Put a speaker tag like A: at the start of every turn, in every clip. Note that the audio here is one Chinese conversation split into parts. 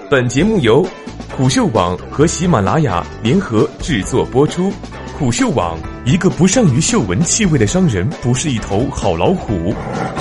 A: 本节目由虎嗅网和喜马拉雅联合制作播出。虎嗅网：一个不善于嗅闻气味的商人不是一头好老虎。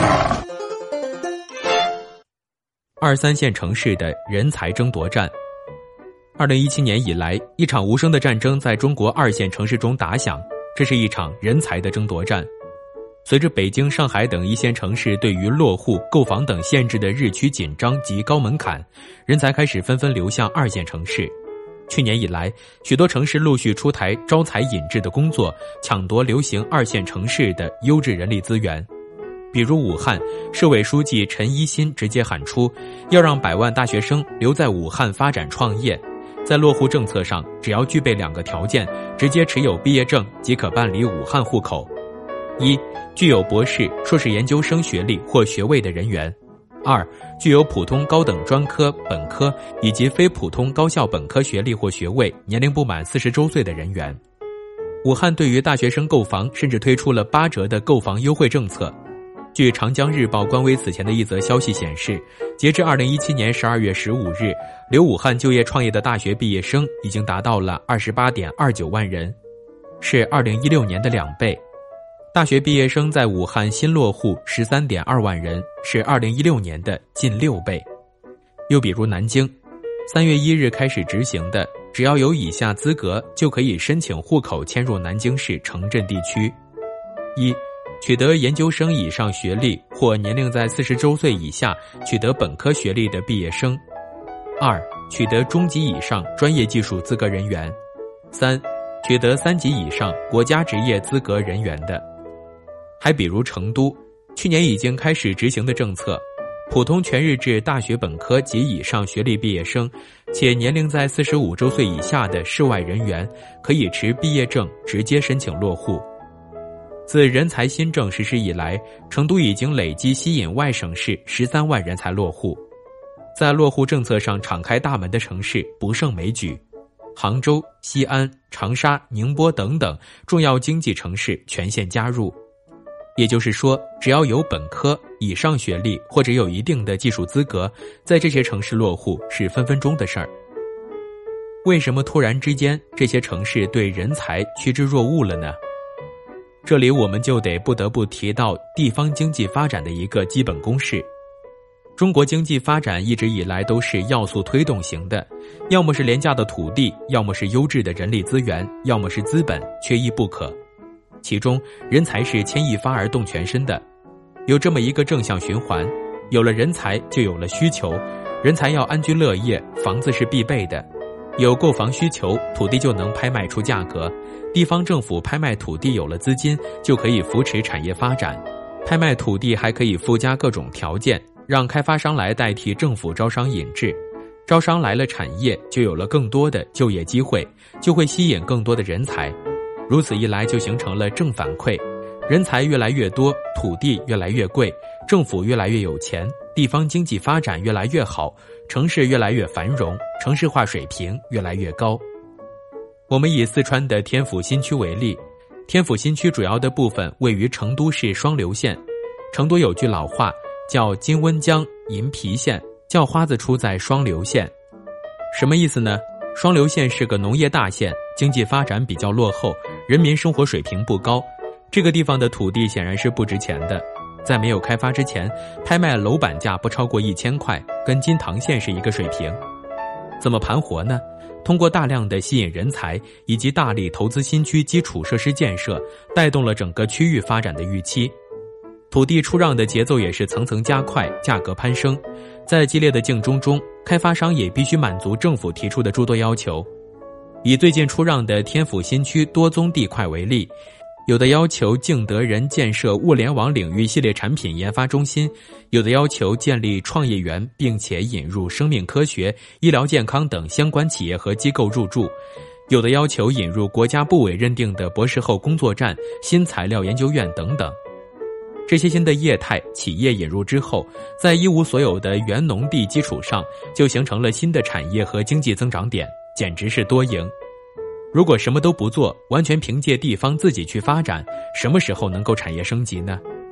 B: 二三线城市的人才争夺战。2017年以来，一场无声的战争在中国二线城市中打响，这是一场人才的争夺战。随着北京、上海等一线城市对于落户、购房等限制的日趋紧张及高门槛，人才开始纷纷流向二线城市。去年以来，许多城市陆续出台招才引智的工作，抢夺流行二线城市的优质人力资源。比如武汉，市委书记陈一新直接喊出，要让100万大学生留在武汉发展创业。在落户政策上，只要具备2个条件，直接持有毕业证即可办理武汉户口。1、具有博士、硕士研究生学历或学位的人员。2、具有普通高等专科、本科以及非普通高校本科学历或学位，年龄不满40周岁的人员。武汉对于大学生购房甚至推出了8折的购房优惠政策。据长江日报官微此前的一则消息显示，截至2017年12月15日，留武汉就业创业的大学毕业生已经达到了28.29万人，是2016年的2倍。大学毕业生在武汉新落户13.2万人，是2016年的近6倍。又比如南京，3月1日开始执行的，只要有以下资格就可以申请户口迁入南京市城镇地区。1、取得研究生以上学历或年龄在40周岁以下取得本科学历的毕业生。2、取得中级以上专业技术资格人员。3、取得3级以上国家职业资格人员的。还比如成都，去年已经开始执行的政策，普通全日制大学本科及以上学历毕业生，且年龄在45周岁以下的市外人员，可以持毕业证直接申请落户。自人才新政实施以来，成都已经累计吸引外省市13万人才落户。在落户政策上敞开大门的城市不胜枚举，杭州、西安、长沙、宁波等等重要经济城市全线加入。也就是说，只要有本科以上学历或者有一定的技术资格，在这些城市落户是分分钟的事儿。为什么突然之间这些城市对人才趋之若鹜了呢？这里我们就不得不提到地方经济发展的一个基本公式。中国经济发展一直以来都是要素推动型的，要么是廉价的土地，要么是优质的人力资源，要么是资本，缺一不可。其中人才是牵一发而动全身的，有这么一个正向循环，有了人才就有了需求，人才要安居乐业，房子是必备的，有购房需求，土地就能拍卖出价格，地方政府拍卖土地有了资金，就可以扶持产业发展，拍卖土地还可以附加各种条件，让开发商来代替政府招商引智，招商来了，产业就有了更多的就业机会，就会吸引更多的人才。如此一来就形成了正反馈，人才越来越多，土地越来越贵，政府越来越有钱，地方经济发展越来越好，城市越来越繁荣，城市化水平越来越高。我们以四川的天府新区为例，天府新区主要的部分位于成都市双流县。成都有句老话叫金温江银皮县，叫花子出在双流县。什么意思呢？双流县是个农业大县，经济发展比较落后，人民生活水平不高，这个地方的土地显然是不值钱的，在没有开发之前，拍卖楼板价不超过1000块，跟金堂县是一个水平。怎么盘活呢？通过大量的吸引人才以及大力投资新区基础设施建设，带动了整个区域发展的预期。土地出让的节奏也是层层加快，价格攀升。在激烈的竞争中，开发商也必须满足政府提出的诸多要求。以最近出让的天府新区多宗地块为例，有的要求敬德人建设物联网领域系列产品研发中心，有的要求建立创业园，并且引入生命科学、医疗健康等相关企业和机构入驻，有的要求引入国家部委认定的博士后工作站、新材料研究院等等。这些新的业态企业引入之后，在一无所有的原农地基础上，就形成了新的产业和经济增长点，简直是多赢。如果什么都不做，完全凭借地方自己去发展，什么时候能够产业升级呢？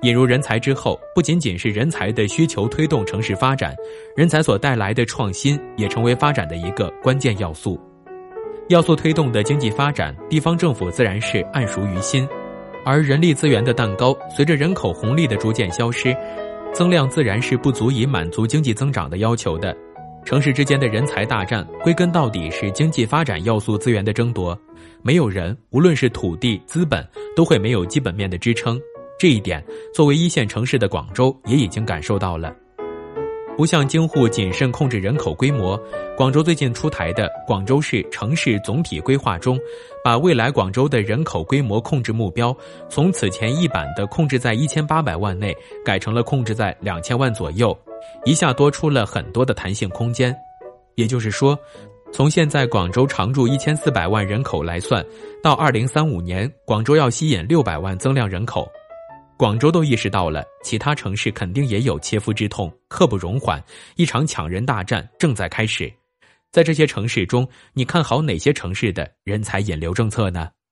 B: 引入人才之后，不仅仅是人才的需求推动城市发展，人才所带来的创新也成为发展的一个关键要素。要素推动的经济发展，地方政府自然是谙熟于心，而人力资源的蛋糕随着人口红利的逐渐消失，增量自然是不足以满足经济增长的要求的。城市之间的人才大战，归根到底是经济发展要素资源的争夺，没有人，无论是土地、资本，都会没有基本面的支撑。这一点，作为一线城市的广州也已经感受到了。不像京沪谨慎控制人口规模，广州最近出台的《广州市城市总体规划》中，把未来广州的人口规模控制目标从此前一版的控制在1800万内，改成了控制在2000万左右，一下多出了很多的弹性空间。也就是说，从现在广州常住1400万人口来算，到2035年，广州要吸引600万增量人口。广州都意识到了，其他城市肯定也有切肤之痛，刻不容缓，一场抢人大战正在开始。在这些城市中，你看好哪些城市的人才引流政策呢？